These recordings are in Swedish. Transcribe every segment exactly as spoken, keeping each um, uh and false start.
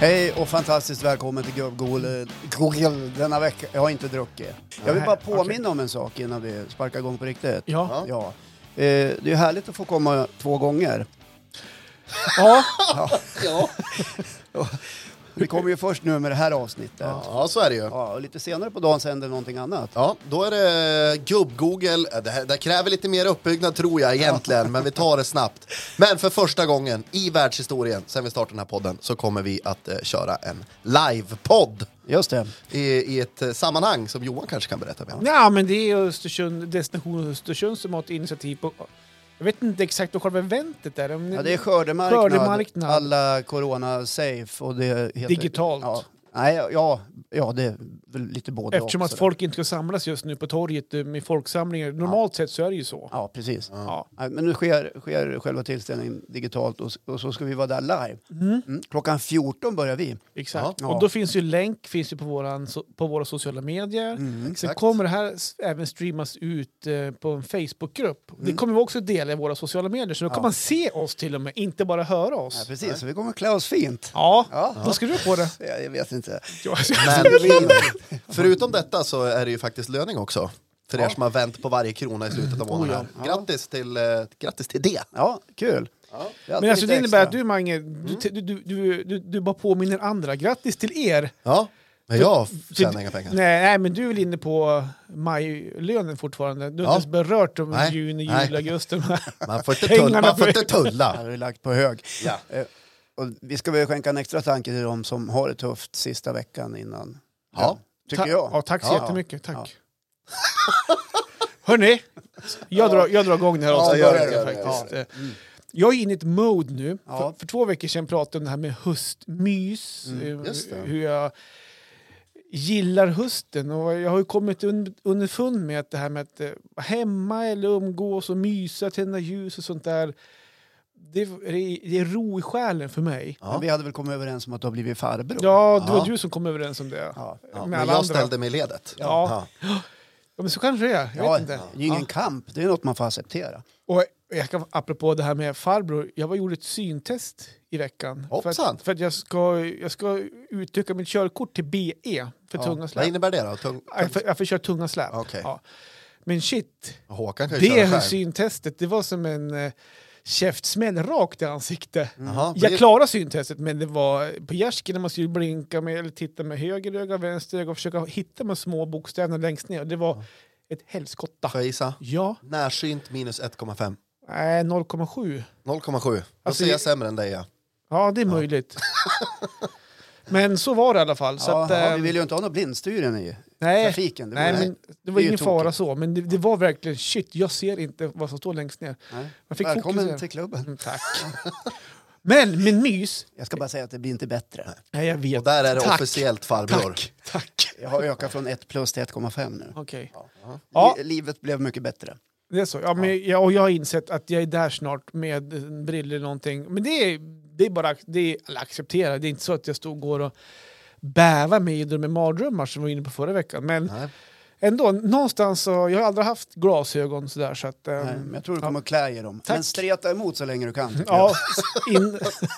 Hej och fantastiskt välkommen till Gubb-Google denna vecka. Jag har inte druckit. Jag vill bara påminna okay. om en sak innan vi sparkar igång på riktigt. Ja. ja. Eh, det är härligt att få komma två gånger. Ja. ja. ja. Vi kommer ju först nu med det här avsnittet. Ja, så är det ju. Ja, och lite senare på dagen händer någonting annat. Ja, då är det Gubb-Google. Det, här, det kräver lite mer uppbyggnad tror jag egentligen, men vi tar det snabbt. Men för första gången i världshistorien, sen vi startade den här podden, så kommer vi att eh, köra en live-podd. Just det. I, I ett eh, sammanhang som Johan kanske kan berätta om. Ja, men det är Östersund, Destination Östersund som har ett initiativ på... Jag vet inte exakt vad själva eventet är. Ja, det är skördemarknad, skördemarknad. Alla corona-safe och det heter... Digitalt. Ja, nej, ja, ja, det är väl lite både. Eftersom också, att folk inte ska samlas just nu på torget med folksamlingar. Normalt ja. sett så är det ju så. Ja, precis. Ja. Ja. Men nu sker, sker själva tillställningen digitalt och, och så ska vi vara där live. Mm. Mm. Klockan fjorton börjar vi. Exakt. Ja. Och då finns ju länk finns ju på, våran, på våra sociala medier. Mm, Sen kommer det här även streamas ut eh, på en Facebookgrupp. Mm. Det kommer vi också dela i våra sociala medier. Så då kan ja. man se oss till och med, inte bara höra oss. Ja, precis, så vi kommer klä oss fint. Ja, ja. vad ska du på det? Ja, jag vet inte. Men förutom detta så är det ju faktiskt löning också. För ja. er som har vänt på varje krona i slutet av månaden. Oh, ja. Grattis, till, eh, grattis till det. Ja, kul. Ja. Men alltså det innebär extra. Att du, Mange, mm. du, du, du, du, du bara påminner andra. Grattis till er. Ja, men jag tjänar inga pengar. Nej, nej, men du är väl inne på majlönen fortfarande. Du har ja. inte berört om nej. juni, juli, augusti. Man får inte tulla. Man får inte tulla. Det har vi lagt på hög. Ja. Eh, och vi ska väl skänka en extra tanke till de som har det tufft sista veckan innan. Ja. ja tycker Ta- jag. Ja, tack så ja. jättemycket. Tack. Ja. Hörrni, jag drar, jag drar igång det här ja, avsnittet ja, faktiskt. Ja. Mm. Jag är inne i ett mode nu. Ja. För, för två veckor sedan pratade jag om det här med höstmys. Mm, hur jag gillar hösten. Och jag har ju kommit un, underfund med att det här med att vara hemma eller umgås och mysa, tända ljus och sånt där. Det är, det är ro i själen för mig. Ja. Vi hade väl kommit överens om att du har blivit farbror. Ja, det var ja. du som kom överens om det. Ja. Ja, men jag ställde mig i ledet. Ja. Ja. Ja, men så kanske det är. Jag ja, vet inte. Det är ingen ja. kamp, det är något man får acceptera. Och jag kan, apropå det här med farbror, jag var gjorde ett syntest i veckan. Hoppsan. För att, för att jag, ska, jag ska utöka mitt körkort till B E för ja. tunga släp. Vad innebär det då? Tung, tung... Jag, får, jag får köra tunga släp. Okay. Ja. Men shit, Håkan kan ju det köra syntestet, det var som en eh, käftsmäll rakt i ansiktet. Mm. Jag blir... klarade syntestet, men det var på gärsken när man skulle blinka med eller titta med höger öga, vänster öga och försöka hitta de små bokstäverna längst ner. Det var ja. ett helskotta. Får jag gissa? Ja. Närsynt minus ett komma fem. Nej, noll komma sju. noll komma sju. Då alltså, ser jag sämre än dig, ja. Ja, det är ja. möjligt. Men så var det i alla fall. Så ja, att, ja, äh, vi vill ju inte ha några blindstyren i nej, trafiken. Det var, nej, men det var det ingen fara tokigt. så. Men det, det var verkligen, shit, jag ser inte vad som står längst ner. Man fick Välkommen fokusera. Till klubben. Mm, tack. Men, men mys... Jag ska bara säga att det blir inte bättre. Nej, jag vet. Och där är det tack. officiellt farbror. Tack, tack. Jag har ökat från ett plus till ett komma fem nu. Okej. Okay. Ja. Ja. Livet blev mycket bättre. Det är så. Ja, men jag, och jag har insett att jag är där snart med briller eller någonting. Men det är, det är bara det är, eller acceptera. Det är inte så att jag står och går och bävar med med mardrömmar som vi var inne på förra veckan. Men nej. Ändå, någonstans så, jag har aldrig haft glasögon sådär så att... Nej, men jag tror du kommer ja. att klä i dem. Tack. Men streta emot så länge du kan. Ja, in...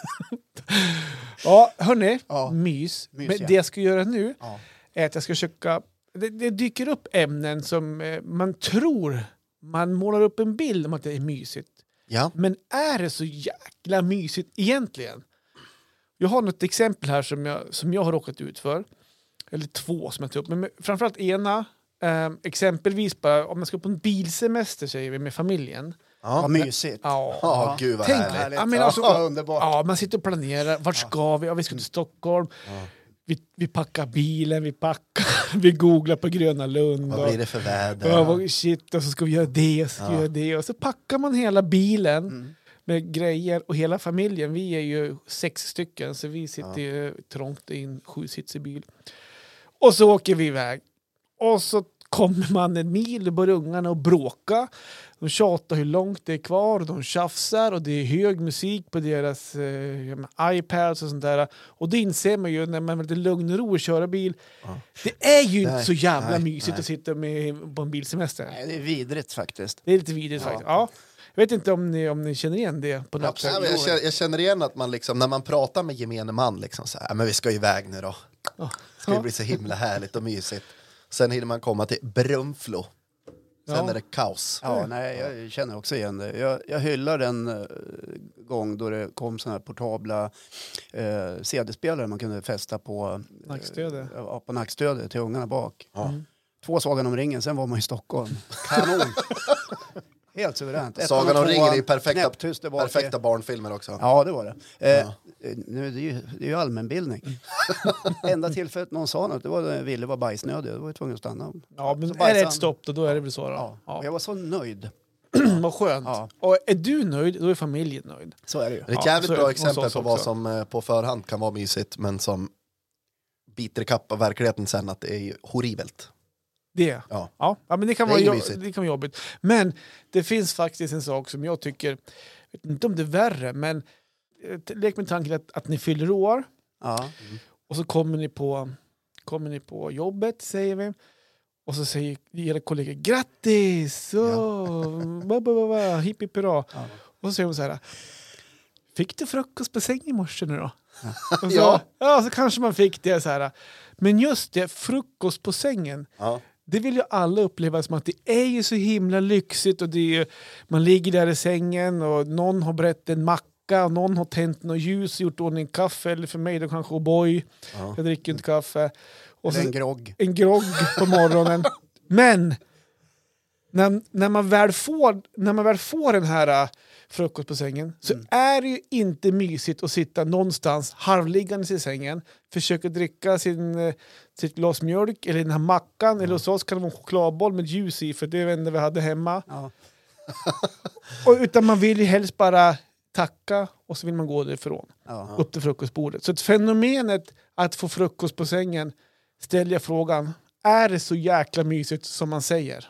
ja, hörni, ja. mys. mys men ja. det jag ska göra nu ja. är att jag ska försöka... Det, det dyker upp ämnen som eh, man tror... Man målar upp en bild om att det är mysigt. Ja. Men är det så jäkla mysigt egentligen? Jag har något exempel här som jag, som jag har råkat ut för. Eller två som jag tar upp. Men framförallt ena. Eh, exempelvis bara, om man ska på en bilsemester säger vi med familjen. Ja, vad mysigt. Ja, ja. Gud vad tänk, härligt. Ja, men alltså, ja, underbart. Ja, man sitter och planerar. Vart ska ja. vi? Ja, vi ska till Stockholm. Ja. Vi, vi packar bilen, vi packar, vi googlar på Gröna Lund. Vad blir det för väder? Ja, shit, och så ska vi göra det, och så ska ja. göra det. Och så packar man hela bilen mm. med grejer och hela familjen. Vi är ju sex stycken så vi sitter ja. ju trångt i en sjusitsig bil. Och så åker vi iväg. Och så kommer man en mil och börjar ungarna och bråka. De tjatar hur långt det är kvar och de tjafsar och det är hög musik på deras eh, iPads och sånt där. Och det inser man ju när man är lite lugn och ro och köra bil. Ja. Det är ju nej, inte så jävla nej, mysigt nej. att sitta med på en bilsemester. Nej, det är vidrigt faktiskt. Det är lite vidrigt ja. faktiskt, ja. Jag vet inte om ni, om ni känner igen det på något sätt. Ja, jag, känner, jag känner igen att man liksom, när man pratar med gemene man liksom så här, men vi ska iväg nu då. Det ska Ja. bli så himla härligt och mysigt. Sen hinner man komma till Brunflo. Sen Ja. är det kaos. Ja, nej, jag känner också igen det. Jag, jag hyllar en uh, gång då det kom såna här portabla uh, C D-spelare man kunde fästa på, uh, Nackstödet. ja, på nackstödet till ungarna bak. Ja. Mm. Två Sagan om ringen, sen var man i Stockholm. Kanon! Helt suveränt. Ettan Sagan och om ringen är ju tvåan, perfekta, knäpptyst där bak. perfekta barnfilmer också. Ja, det var det. Eh, Ja. nu, det, är ju, det är ju allmänbildning. Enda tillfället någon sa något, det var när Ville var bajsnödig. Då var jag tvungen att stanna. Ja, men Så är bajsade det ett han. stopp då, då är det väl så då. Ja. Ja. Och jag var så nöjd. Vad skönt. Ja. Och är du nöjd, då är familjen nöjd. Så är det ju. Det är ett Ja, jävligt så är bra det hos exempel oss på vad också. som eh, på förhand kan vara mysigt, men som biter ikapp av verkligheten sen att det är ju horribelt. Det. Ja. Ja, ja men det kan, Det är vara inget jo- mysigt. det kan vara jobbigt. Men det finns faktiskt en sak som jag tycker, jag vet inte om det är värre, men eh, t- lek med tanken att, att ni fyller år Ja. och så kommer ni på, kommer ni på jobbet, säger vi. Och så säger era kollegor grattis! Oh, ba, ba, ba, ba, hipp hipp hurra. Ja. Och så säger hon så här: fick du frukost på sängen i morse nu då? Och så, Ja. ja, så kanske man fick det så här. Men just det, frukost på sängen. Ja. Det vill ju alla uppleva som att det är ju så himla lyxigt och det är ju, man ligger där i sängen och någon har brett en macka och någon har tänt något ljus och gjort ordning kaffe, eller för mig då kanske O'boy. Ja. Jag dricker inte kaffe. Och Eller så, en grogg. en grogg på morgonen. Men när, när, man väl får, när man väl får den här uh, frukost på sängen så Mm. är det ju inte mysigt att sitta någonstans halvliggandes i sängen, försöka dricka sin, uh, sitt glas mjölk eller den här mackan, eller hos oss kan det vara en chokladboll med ljus i, för det är det enda vi hade hemma. Ja. Och, utan man vill ju helst bara tacka och så vill man gå därifrån Ja. upp till frukostbordet. Så att fenomenet att få frukost på sängen, ställer jag frågan, är det så jäkla mysigt som man säger?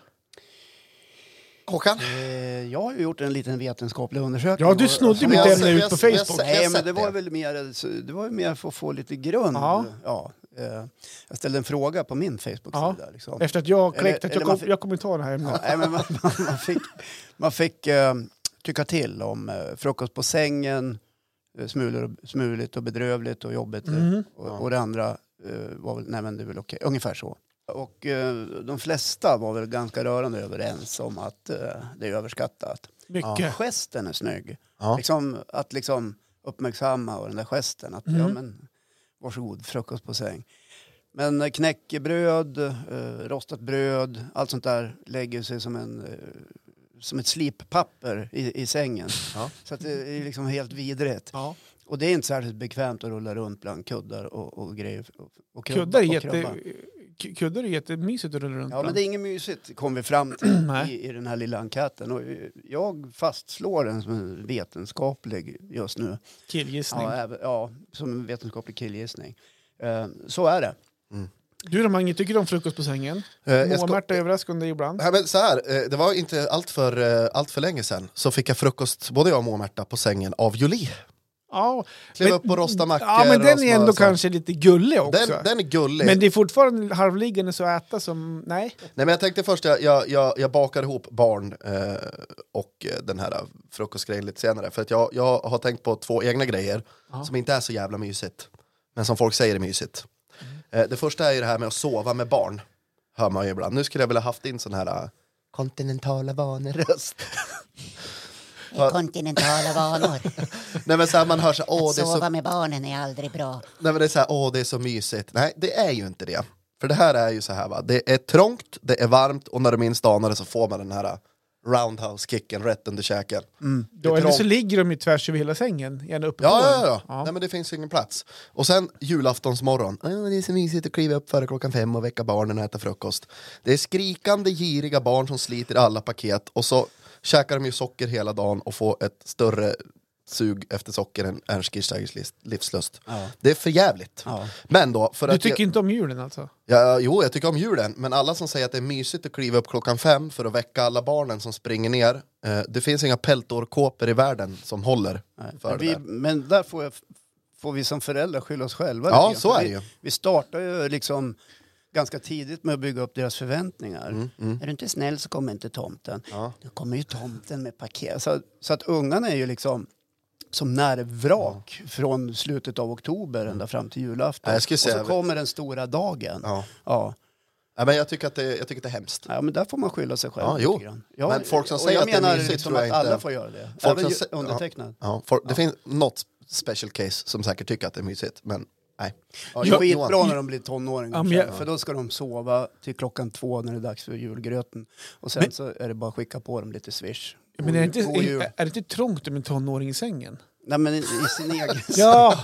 Håkan? Eh, jag har ju gjort en liten vetenskaplig undersökning. Ja, du Och- snodde och- mitt vi har ämne sett- vi ut har- på vi har Facebook. sett- Nej, men sett det var det. väl mer, det var ju mer för att få lite grund. Ja. Ja, eh, jag ställde en fråga på min Facebook-sida. Ja. Liksom. Efter att jag har Eller- kläckt att jag, eller kom, man fick- jag kommer ta det här Ja, ämnet. nej, men man, man, man fick, man fick eh, tycka till om eh, frukost på sängen, eh, smulor och, smuligt och bedrövligt och jobbigt. eh, Mm. Och, och det andra eh, var väl, nej men det är väl okej, ungefär så. Och eh, de flesta var väl ganska rörande överens om att eh, det är överskattat. Mycket. Gesten är snygg. Ja. Liksom, att liksom uppmärksamma och den där gesten. Att Mm. ja men, varsågod, frukost på säng. Men eh, knäckebröd, eh, rostat bröd, allt sånt där lägger sig som en eh, som ett slippapper i, i sängen. Ja. Så att det är liksom helt vidrigt. Ja. Och det är inte särskilt bekvämt att rulla runt bland kuddar och, och grejer. Och, och krubba, Kuddar är, och jätte, krubba. k- kuddar är jättemysigt att rulla runt Ja, men bland. det är inget mysigt, kom vi fram till Nej. i, i den här lilla enkäten. Och jag fastslår den som vetenskaplig just nu. Killgissning. Ja, även, ja, som en vetenskaplig killgissning. Eh, så är det. Du då Mange, tycker du om frukost på sängen? Eh, jag ska- Måmärta överraskande ibland. Nej, men så här, eh, det var inte allt för, eh, allt för länge sedan så fick jag frukost, både jag och Måmärta, på sängen av Jolie. Ja, Klev men- upp och rosta mackor. ja, men och den smör är ändå och så. kanske lite gullig också. Den, den är gullig. Men det är fortfarande halvliggande så att äta som... Nej. Nej, men jag tänkte först, jag, jag, jag, jag bakar ihop barn eh, och eh, den här eh, frukostgrejen lite senare. För att jag, jag har tänkt på två egna grejer Ja. som inte är så jävla mysigt. Men som folk säger är mysigt. Eh, det första är ju det här med att sova med barn. Hör man ju ibland. Nu skulle jag vilja haft in sån här eh, kontinentala vaneröst. Ja. Kontinentala vanor. Nej men så här, man hör så här, åh Att det är så, sova med barnen är aldrig bra. nej, men det är så här, åh det är så mysigt. Nej, det är ju inte det. För det här är ju så här va, det är trångt, det är varmt och när du minst anar det så får man den här eh, roundhouse-kicken rätt under käken. Då, är eller så trångt. ligger de ju tvärs över hela sängen. Gärna uppe Ja, på ja, den. ja, ja. Nej, men det finns ingen plats. Och sen julaftonsmorgon. Ja, det är så mysigt att kliva upp före klockan fem och väcka barnen och äta frukost. Det är skrikande, giriga barn som sliter alla paket och så käkar de ju socker hela dagen och får ett större sug efter socker än Ernst Kirchsteigers livslust. Ja. Det är för jävligt. Ja. Men då, för Du att tycker jag, inte om julen alltså? ja, jo, jag tycker om julen, men alla som säger att det är mysigt att kliva upp klockan fem för att väcka alla barnen som springer ner, eh, det finns inga peltorkåpor i världen som håller Nej. för Men, det vi, där. men där får, jag, får vi som föräldrar skylla oss själva. Ja, lite så grann. är vi, det ju. Vi startar ju liksom ganska tidigt med att bygga upp deras förväntningar. Mm, mm. Är du inte snäll så kommer inte tomten. Ja. Då kommer ju tomten med paket. Så, så att ungarna är ju liksom som nervvrak ja. från slutet av oktober ända fram till julafton. Jag skulle säga, och så kommer den stora dagen. Ja. Ja. Ja, men jag tycker att det, jag tycker att det är hemskt. Ja, men där får man skylla sig själv. Ja, jo. Ja, men folk som säger jag att det är menar mysigt liksom tror jag att inte... alla får göra det. Folk Även som, undertecknad. Ja, ja, folk, ja. Det finns något special case som säkert tycker att det är mysigt, men nej. Ja, det är skitbra när de blir tonåringar. Ja, jag, för då ska de sova till klockan två när det är dags för julgröten. Och sen men, så är det bara att skicka på dem lite swish. Men är det, inte, är, är det inte trångt med en tonåring i sängen? Nej, men i, i sin egen ja.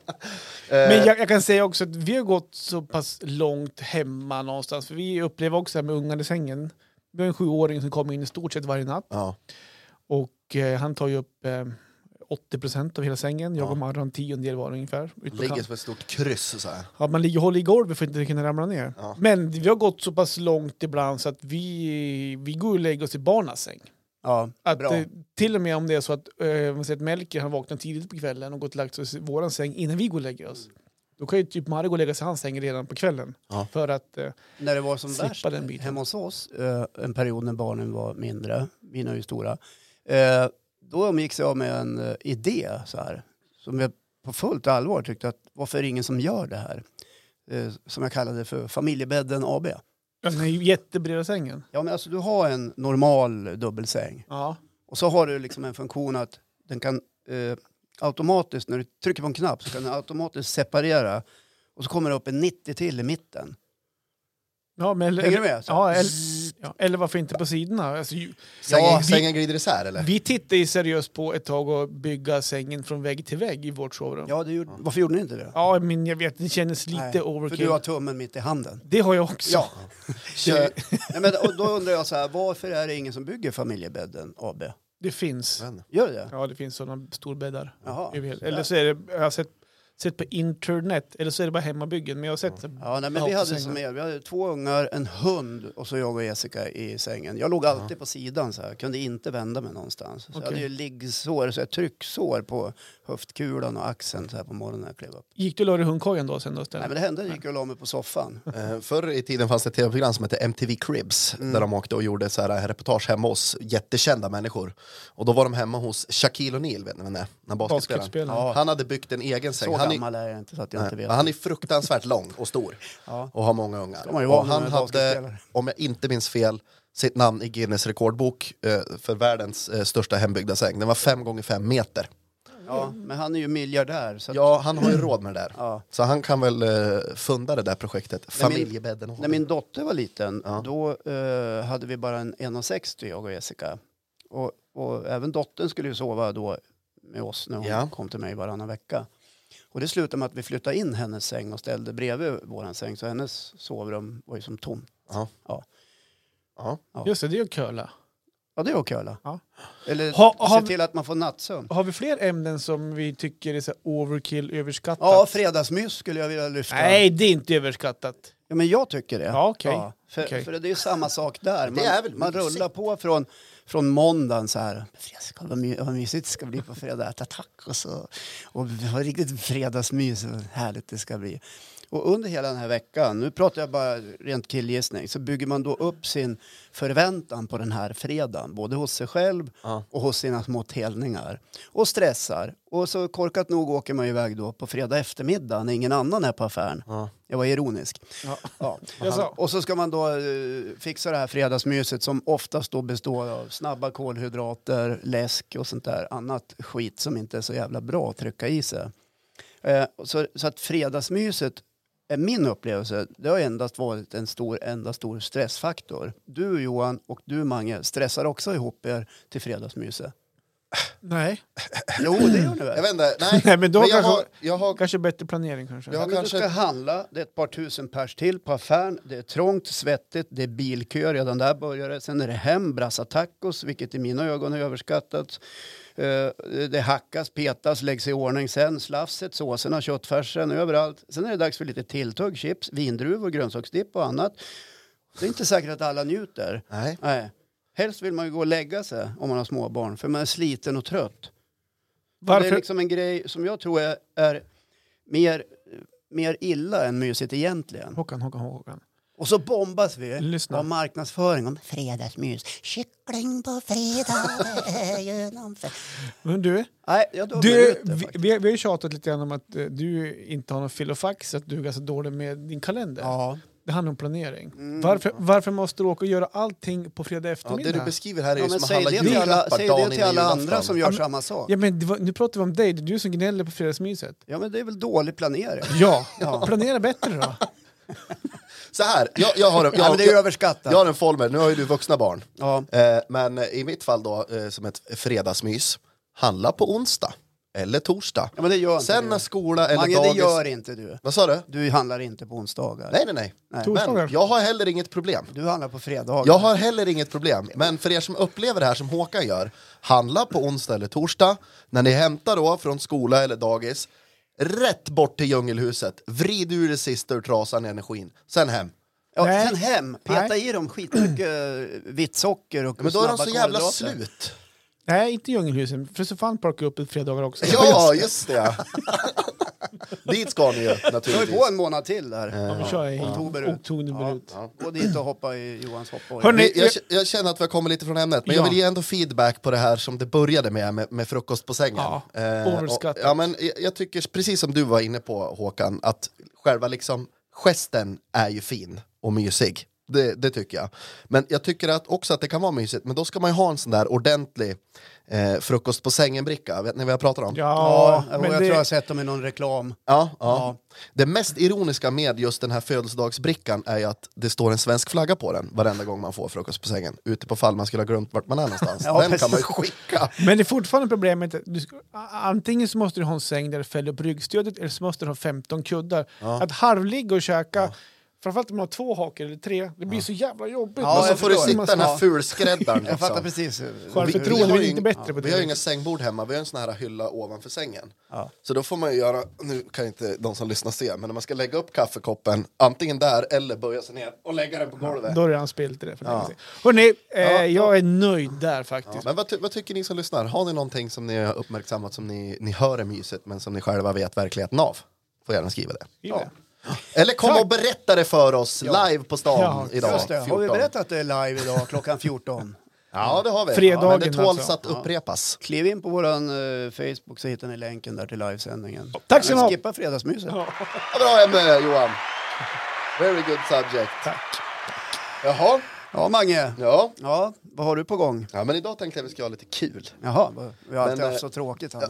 Men jag, jag kan säga också att vi har gått så pass långt hemma någonstans. För vi upplever också här med ungar i sängen. Vi har en sjuåring som kommer in i stort sett varje natt. Ja. Och eh, han tar ju upp eh, åttio procent av hela sängen. Jag och Marra en tiondel var ungefär. Ligger som ett stort kryss så här. Ja, man ligger och håller i golvet för att inte kunna ramla ner. Ja. Men vi har gått så pass långt ibland så att vi, vi går och lägger oss i barnas säng. Ja, att, bra. eh, till och med om det är så att, eh, man säger att Melker han vaknar tidigt på kvällen och gått och lagt sig i våran säng innan vi går och lägger oss. Då kan ju typ Marre gå och lägga sig i hans säng redan på kvällen. Ja. För att eh, när det var som värst den biten. hemma hos oss, eh, en period när barnen var mindre, mina är ju stora, eh, då umgicks jag med en uh, idé så här, som jag på fullt allvar tyckte att varför är det ingen som gör det här? Eh, som jag kallade för Familjebädden A B. Den är ju jättebreda sängen. Ja, men alltså du har en normal dubbelsäng. Ja. Och så har du liksom en funktion att den kan eh, automatiskt, när du trycker på en knapp så kan den automatiskt separera. Och så kommer det upp en nittio till i mitten. Ja, men eller, Hänger du med? Så. Ja, eller, ja, eller varför inte på sidorna? Alltså, ju, Sängen, ja, sängen glider isär eller? Vi tittade ju seriöst på ett tag att bygga sängen från vägg till vägg i vårt sovrum. Ja, det gjorde, varför gjorde ni inte det? Ja, men jag vet, det kändes lite Nej, overkill. för du har tummen mitt i handen. Det har jag också. Ja. Så, nej, men, och då undrar jag så här, varför är det ingen som bygger Familjebädden A B? Det finns. Gör det? Ja, det finns sådana storbäddar. Jaha. Eller så är det, jag har sett, sett på internet, eller så är det bara hemmabyggen. Men jag har sett ja, nej, men vi hade som er, vi hade två ungar, en hund och så jag och Jessica i sängen. Jag låg alltid på sidan så här, kunde inte vända mig någonstans. Så okay. jag hade ju liggsår, så jag trycksår på höftkulan och axeln så här på morgonen när jag klev upp. Gick du och la dig i hundkojan då sen då? Nej, men det hände, jag gick och la mig på soffan. Uh, förr i tiden fanns det ett tv-program som hette M T V Cribs mm. där de åkte och gjorde så här reportage hemma hos jättekända människor. Och då var de hemma hos Shaquille O'Neal, vet ni vem det är? När basketspelaren. Ja. Han hade byggt en egen säng. Så han gammal är jag inte så att jag nej, inte vet. Han är fruktansvärt lång och stor ja. och har många ungar. Och han hade, om jag inte minns fel, sitt namn i Guinness rekordbok eh, för världens eh, största hembyggda säng. Den var fem gånger fem meter. Ja, men han är ju miljardär. Så att... Ja, han har ju råd med det där. Ja. Så han kan väl eh, funda det där projektet. Familjebädden. När min, när min dotter var liten, ja. då eh, hade vi bara en en komma sextio, jag och Jessica. Och, och även dottern skulle ju sova då med oss när hon ja. kom till mig varannan vecka. Och det slutade med att vi flyttade in hennes säng och ställde bredvid våran säng. Så hennes sovrum var ju som tomt. Ja. Ja. Ja. Ja. Just det, det är ju köla. Ja, det är att köla. Ja. Eller ha, ha, se till att man får nattsömn. Har vi fler ämnen som vi tycker är så overkill, överskattat? Ja, fredagsmys skulle jag vilja lyfta. Nej, det är inte överskattat. Ja, men jag tycker det. Ja, okej. Okay. Ja, för, okay. för det är ju samma sak där. Man, det är väl man rullar på från, från måndagen så här. Vad, my, vad mysigt det ska bli på fredag. Äta tacos och, och ha riktigt fredagsmys. Och härligt det ska bli. Och under hela den här veckan, nu pratar jag bara rent killgissning, så bygger man då upp sin förväntan på den här fredagen. Både hos sig själv ja. och hos sina små telningar. Och stressar. Och så korkat nog åker man iväg då på fredag eftermiddag när ingen annan är på affären. Ja. Jag var ironisk. Ja. Ja. Ja. Och så ska man då uh, fixa det här fredagsmyset som oftast då består av snabba kolhydrater, läsk och sånt där annat skit som inte är så jävla bra att trycka i sig. Uh, så, så att fredagsmyset är min upplevelse, det har endast varit en stor, enda stor stressfaktor. Du Johan och du Mange stressar också ihop er till fredagsmyset. Nej. Jo, det gör ni väl? Jag vet inte, nej. nej men då men jag kanske, har, jag har... kanske bättre planering kanske. Jag ja, kanske... Du ska handla, det är ett par tusen pers till på affären. Det är trångt, svettigt, det är bilkö, redan där börjar det. Sen är det hem, brassa tacos, vilket i mina ögon är överskattat. Uh, det hackas, petas, läggs i ordning. Sen slafset, såserna, köttfärsen, överallt. Sen är det dags för lite tilltugg, chips, vindruvor, grönsaksdipp och annat. Det är inte säkert att alla njuter. Nej. Nej. Helst vill man ju gå och lägga sig om man har små barn, för man är sliten och trött. Varför? Det är liksom en grej som jag tror är, är mer, mer illa än mysigt egentligen. Håkan, Håkan, Håkan. Och så bombas vi Lyssna. av marknadsföring om Fredagsmys. Kyckling på fredag. Genomför. Men du, Nej, jag dömer du ut det, vi, faktiskt. vi, har- vi har ju tjatat lite grann om att eh, du inte har någon filofax, att du är ganska dålig med din kalender. Ja. Det handlar om planering. Mm. Varför, varför måste du åka och göra allting på fredag Ja, eftermiddag? det du beskriver här är Ja, ju men som att säg handla det till alla, julklappar säg dagen det till innan alla julafton. andra som gör Ja, men- samma sak. Ja, men det var, nu pratar vi om dig, det är du som gnäller på fredagsmyset. Ja, men det är väl dålig planering. Ja, Ja. planera bättre då. Så här, jag, jag har en, Ja, men jag, det är jag, överskattat. jag har en formel, nu har ju du vuxna barn. Ja. Eh, men i mitt fall då, eh, som ett fredagsmys, handla på onsdag eller torsdag. Ja, men det gör inte Sen du. när skola eller Mange, dagis... det gör inte du. Vad sa du? Du handlar inte på onsdagar. Nej, nej, nej. Nej. Torsdagar. Men jag har heller inget problem. Du handlar på fredagar. Jag har heller inget problem. Men för er som upplever det här som Håkan gör, handla på onsdag eller torsdag. När ni hämtar då från skola eller dagis, rätt bort till djungelhuset. Vrid ur det sista ur trasan i energin. Sen hem. Ja, Nej. sen hem, peta Nej. i dem skitmycket vitt socker och Ja, men då är de snabba så jävla kolhydrater. slut. Nej, inte Djungelhusen. För så fan parkar upp ett fredagar också. Ja, just det. Dit ska ni ju Du har ju naturligtvis. på en månad till där. Ja, vi kör i Oktober ut. oktober ut. Ja. Gå dit och hoppa i Johans hoppborg. Hörrni, Jag, jag känner att vi har kommit lite från ämnet, men Ja. jag vill ge ändå feedback på det här som det började med, med, med frukost på sängen. Ja, Eh, overskattat. och, ja, men jag, jag tycker, precis som du var inne på Håkan, att själva liksom gesten är ju fin och mysig. Det, det tycker jag. Men jag tycker att också att det kan vara mysigt, men då ska man ju ha en sån där ordentlig eh, frukost på sängen-bricka. Vet ni vad jag pratar om? Ja, Ja, och men jag det, tror jag har sett dem i någon reklam. Ja, ja. Ja. Det mest ironiska med just den här födelsedagsbrickan är ju att det står en svensk flagga på den varenda gång man får frukost på sängen. Ute på fall man skulle ha glömt vart man är någonstans. Ja, den precis. kan man ju skicka. men det är fortfarande problemet att du ska, a- antingen så måste du ha en säng där du fäller upp ryggstödet eller så måste du ha femton kuddar. Att halvligga och käka, framförallt om man har två hakor eller tre, det blir så jävla jobbigt. Ja, Men så jag får du förstår. sitta den här Ja. fulskräddaren. Jag fattar Liksom. precis. Självförtroende har blir ju inte ing- bättre på Vi har ju det. inga sängbord hemma, vi har en sån här hylla ovanför sängen. Ja. Så då får man ju göra, nu kan inte de som lyssnar se, men när man ska lägga upp kaffekoppen, antingen där eller böja sig ner och lägga den på golvet. Då har redan spelat det för länge sedan. Hörrni, eh, jag är nöjd där Ja, faktiskt. men vad, ty- vad tycker ni som lyssnar? Har ni någonting som ni har uppmärksammat som ni, ni hör är mysigt men som ni själva vet verkligheten av? Får gärna skriva det. Ja. Eller kom Tack. och berätta det för oss Ja. live på stan Ja, idag. Just det. Har vi fjorton. berättat att det är live idag klockan fjorton? Ja, det har vi. Fredagen men det tåls alltså. att upprepas. Kliv in på våran uh, Facebook så hittar ni länken där till livesändningen. Tack så Men mycket. skippa fredagsmyset. Ja. Ja, bra ämne, Johan. Very good subject. Tack. Jaha, Ja, Mange. ja. Ja, vad har du på gång? Ja, men idag tänkte jag att vi ska ha lite kul. Jaha, vi har alltid Men, haft eh, så tråkigt. Han.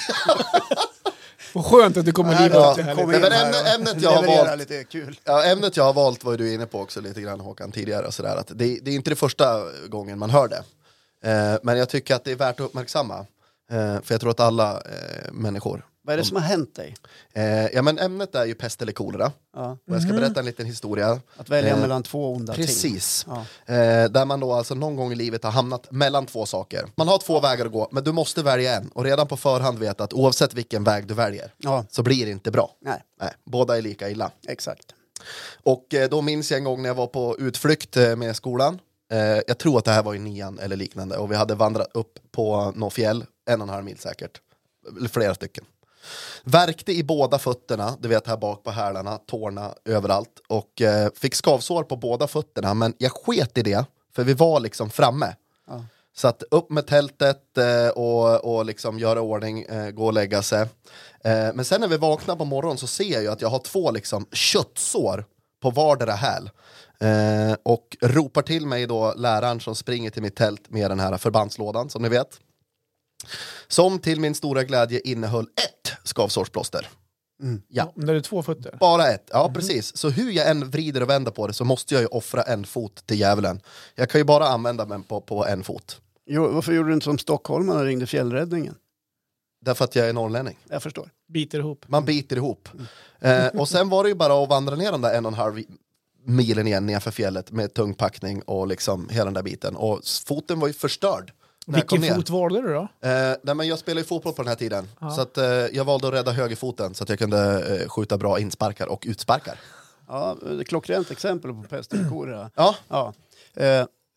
Vad skönt att du kommer Nej, liva då, upp det här kom lite. in Men här ämne- och ämnet jag har leverera valt- lite kul. Ja, ämnet jag har valt var du inne på också lite grann Håkan tidigare. Och sådär, att det, det är inte det första gången man hör det. Eh, men jag tycker att det är värt att uppmärksamma. Eh, för jag tror att alla eh, människor... Vad är det som har hänt dig? Eh, ja, men ämnet är ju pest eller kolera. Ja. Och jag ska berätta en liten historia. Att välja Eh, mellan två onda ting. Precis. Ja. Eh, där man då alltså någon gång i livet har hamnat mellan två saker. Man har två vägar att gå, men du måste välja en. Och redan på förhand vet att oavsett vilken väg du väljer Ja, så blir det inte bra. nej, Nej, båda är lika illa. exakt. Och eh, då minns jag en gång när jag var på utflykt eh, med skolan. Eh, jag tror att det här var i nian eller liknande. Och vi hade vandrat upp på något fjäll, en och en halv mil säkert. Eller flera stycken. Värkte i båda fötterna, du vet här bak på hälarna, tårna, överallt. Och eh, fick skavsår på båda fötterna, men jag sket i det. För vi var liksom framme. Ja. Så att upp med tältet eh, och, och liksom göra ordning, eh, gå och lägga sig. Eh, men sen när vi vaknar på morgonen så ser jag ju att jag har två liksom köttsår på vardera häl. Eh, och ropar till mig då läraren som springer till mitt tält med den här förbandslådan som ni vet. Som till min stora glädje innehöll ett skavsårsplåster. Ja. När du är två fötter. Bara ett, ja precis. Så hur jag än vrider och vänder på det så måste jag ju offra en fot till djävulen. Jag kan ju bara använda mig på, på en fot. Jo, varför gjorde du inte som stockholmarna och ringde fjällräddningen? Därför att jag är norrlänning. Jag förstår. Biter ihop. Man biter ihop. Eh, och sen var det ju bara att vandra ner de där en och en halv milen igen nerför fjället med tung packning och liksom hela den där biten. Och foten var ju förstörd. när jag kom Vilken ner. fot valde du då? Eh, nej, men jag spelade ju fotboll på den här tiden. Så att, eh, jag valde att rädda högerfoten så att jag kunde eh, skjuta bra insparkar och utsparkar. Ja, det är klockrent exempel på pest eller kolera. Ja, Ja. Eh,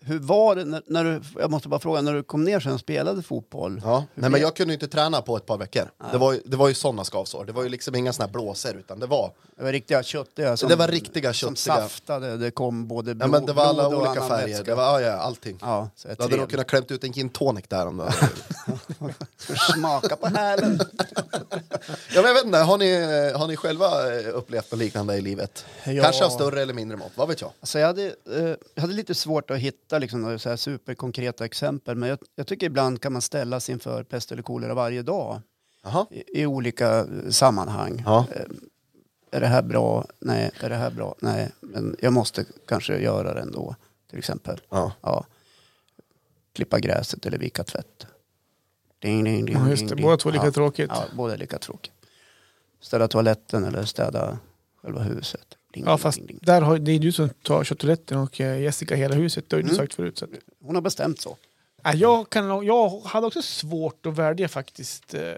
hur var det när, när du, jag måste bara fråga, när du kom ner sen och spelade fotboll? Ja, nej, men jag kunde inte träna på ett par veckor. Det var, ju- det var ju sådana skavsår. Det var ju liksom inga såna här blåsor, utan det var... Det var riktiga köttiga som, Det var riktiga som köttiga. saftade. Det kom både Ja, blod, men det var alla blod och olika annan färger. vätska. Det var ja, ja, allting. Ja, så Du hade nog kunnat klämt ut en gin tonic där om det. Ska smaka på hälen. Ja, men jag vet inte, har ni, har ni själva upplevt något liknande i livet? Ja. Kanske av större eller mindre mått, vad vet jag? Alltså jag, hade, eh, jag hade lite svårt att hitta liksom, några så här superkonkreta exempel, men jag, jag tycker ibland kan man ställas inför pest eller kolera varje dag Jaha. i, i olika eh, sammanhang. Ja. Eh, är det här bra? Nej. Är det här bra? Nej. Men jag måste kanske göra det ändå, till exempel. Ja. Ja. Klippa gräset eller vika tvätt. Ding, ding, ding, Ja, just ding, det. ding. Båda två lika ja. tråkigt. Ja, båda är lika tråkigt. Städa toaletten eller städa själva huset. Ding, Ja, ding, fast ding, ding. där har, det är du som tar toaletten och eh, Jessica hela huset. Det har ju du Mm. sagt förut. Så att, Hon har bestämt så. ja, jag, kan, nog- jag hade också svårt att välja faktiskt eh,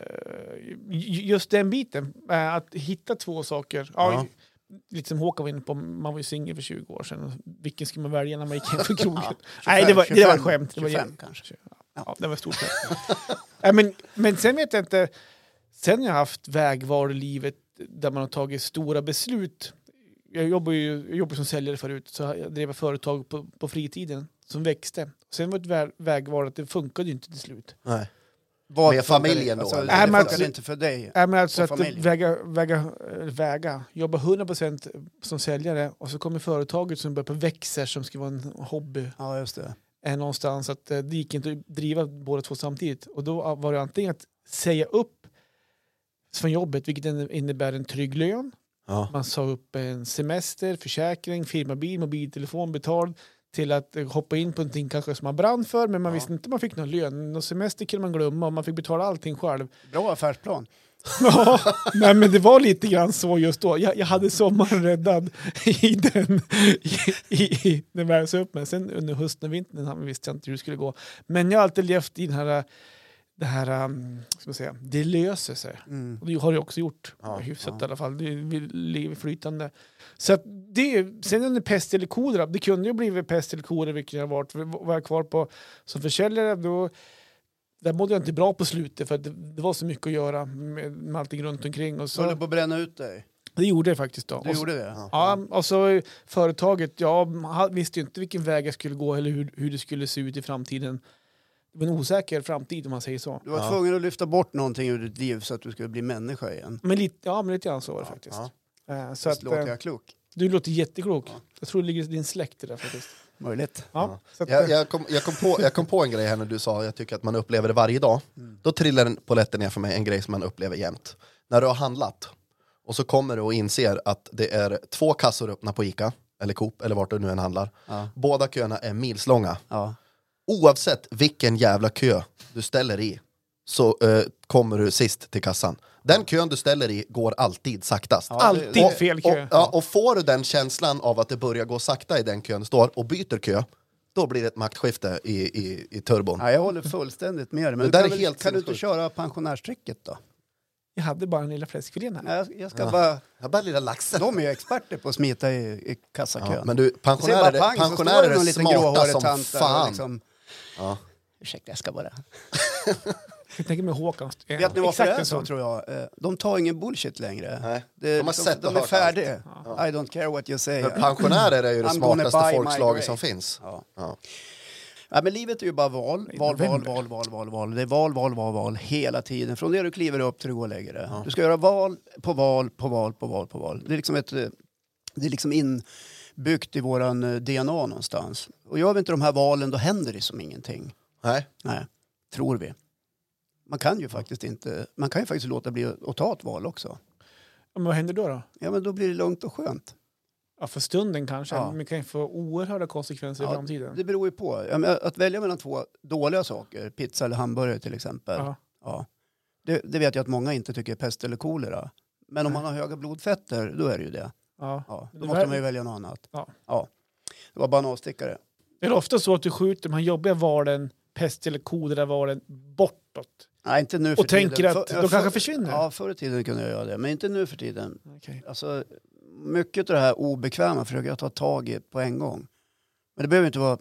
j- just den biten. Eh, att hitta två saker. Ja, Ja. Lite som Håkan var inne på, man var ju singel för tjugo år sedan. Vilken skulle man välja när man gick hem från krogen? Ja, Nej, det var, det var ett tjugofem, skämt. Det var, tjugofem kanske. Ja, det var ett stort skämt. ja, men, men sen vet jag inte, sen har jag haft vägval i livet där man har tagit stora beslut. Jag jobbar ju jag jobbar som säljare förut, så jag drev företag på, på fritiden som växte. Sen var det ett vä- vägval att det funkade ju inte till slut. Nej. Vad Med funkar det? familjen då, Alltså, eller? det Nej, men funkar alltså- inte för dig. Nej, men alltså Och att familjen. väga, väga, äh, väga, jobba hundra procent som säljare och så kommer företaget som börjar på växer som ska vara en hobby Ja, just det. är någonstans att eh, det gick inte att driva båda två samtidigt. Och då var det antingen att säga upp från jobbet, vilket innebär en trygg lön. Ja. Man sa upp en semester, försäkring, firmabil, mobiltelefon betald till att eh, hoppa in på någonting kanske som man brann för, men man Ja. visste inte om man fick någon lön. Och semester kunde man glömma och man fick betala allting själv. Bra affärsplan. Ja, nej, men det var lite grann så just då. Jag, jag hade sommaren räddad i den i, i, i den värms upp. Men sen under hösten och vintern visste jag inte hur det skulle gå. Men jag har alltid levt i den här, det här, um, ska man säga, det löser sig. Mm. Och det har jag också gjort, Ja, hyfsat ja. i alla fall. Det är flytande. Så att det, sen under pest eller kolera, det kunde ju blivit pest eller kolera, vilket jag har varit. Var jag kvar på som försäljare, då där mådde jag inte bra på slutet för att det, det var så mycket att göra med, med allting runt omkring. Och Så höll så, du på att bränna ut dig? det gjorde jag faktiskt då. Du och så, gjorde det? Ja, och så företaget, jag ha- visste ju inte vilken väg jag skulle gå eller hur, hur det skulle se ut i framtiden. Det var en osäker framtid om man säger så. Du var Ja. tvungen att lyfta bort någonting ur ditt liv så att du skulle bli människa igen. Men lite, ja, men lite grann så var det faktiskt. Ja. Eh, Så Visst att, låter eh, jag klok? du låter jätteklok. Ja. Jag tror det ligger i din släkt det där faktiskt. Möjligt. Ja, så att, Jag, eh, jag, kom, jag, kom på, jag kom på en grej här när du sa jag tycker att man upplever det varje dag. Då trillar den på lätten ner för mig en grej som man upplever jämt. När du har handlat och så kommer du och inser att det är två kassor öppna på Ica eller Coop eller vart du nu än handlar. Ja. Båda köerna är milslånga. Ja. Oavsett vilken jävla kö du ställer i så eh, kommer du sist till kassan. Den kön du ställer i går alltid saktast. Ja, det- alltid Och- fel Och, kö. ja, och får du den känslan av att det börjar gå sakta i den kön du står och byter kö, då blir det ett maktskifte i, i, i turbon. Ja, jag håller fullständigt med dig. Men Det du där kan, är väl, helt kan du inte sinnessjukt. köra pensionärstricket då? Jag hade bara en lilla fläskfilén här. Nej, Jag, jag ska Ja. bara... Jag bara lilla laxen. De är ju experter på att smita i, i kassakön. Ja, men du, Jag ser pensionärer, bara pang, så står pensionärer det någon är liten smarta gråhårig som tant där och fan. liksom, Ja. ursäkta, jag ska bara... Jag tänker med Håkan. Ja, Vet ni varför det är en så, sån. tror jag? Eh, De tar ingen bullshit längre. Nej. Det, De har sett och de är hört färdiga. allt. I don't care what you say. Men pensionärer är ju det I'm gonna smartaste buy my folkslaget grave. som finns. Ja. Ja. Ja, men livet är ju bara val. I Val, val, november. val, val, val, val. Det är val, val, val, val hela tiden. Från det du kliver upp till du går och lägger dig. Du ska göra val på val, på val, på val, på val. Det är liksom, ett, eh, det är liksom inbyggt i våran eh, D N A någonstans. Och gör vi inte de här valen, då händer det som ingenting. Nej. Nej, tror vi. Man kan ju faktiskt inte, man kan ju faktiskt låta bli att ta ett val också. Ja, men vad händer då? då? Ja, men då blir det lugnt och skönt. Ja, för stunden kanske, Ja. men det kan ju få oerhörda konsekvenser i Ja, framtiden. Det beror ju på. Ja, men att välja mellan två dåliga saker, pizza eller hamburgare till exempel. Ja. Ja. Det, det vet jag att många inte tycker är pest eller kolera. Men om Nej. man har höga blodfetter, då är det ju det. Ja. Ja, då Det måste där- man ju välja något annat. Ja. Ja. Det var bara en avstickare. Är det ofta så att du skjuter de här jobbiga valen, pest eller kolera valen, bortåt? Nej, inte nu för Och tänker tiden. att För- de för- kanske försvinner? Ja, förr i tiden kunde jag göra det. Men inte nu för tiden. Okej. Alltså, mycket av det här obekväma försöker jag ta tag i på en gång. Men det behöver inte vara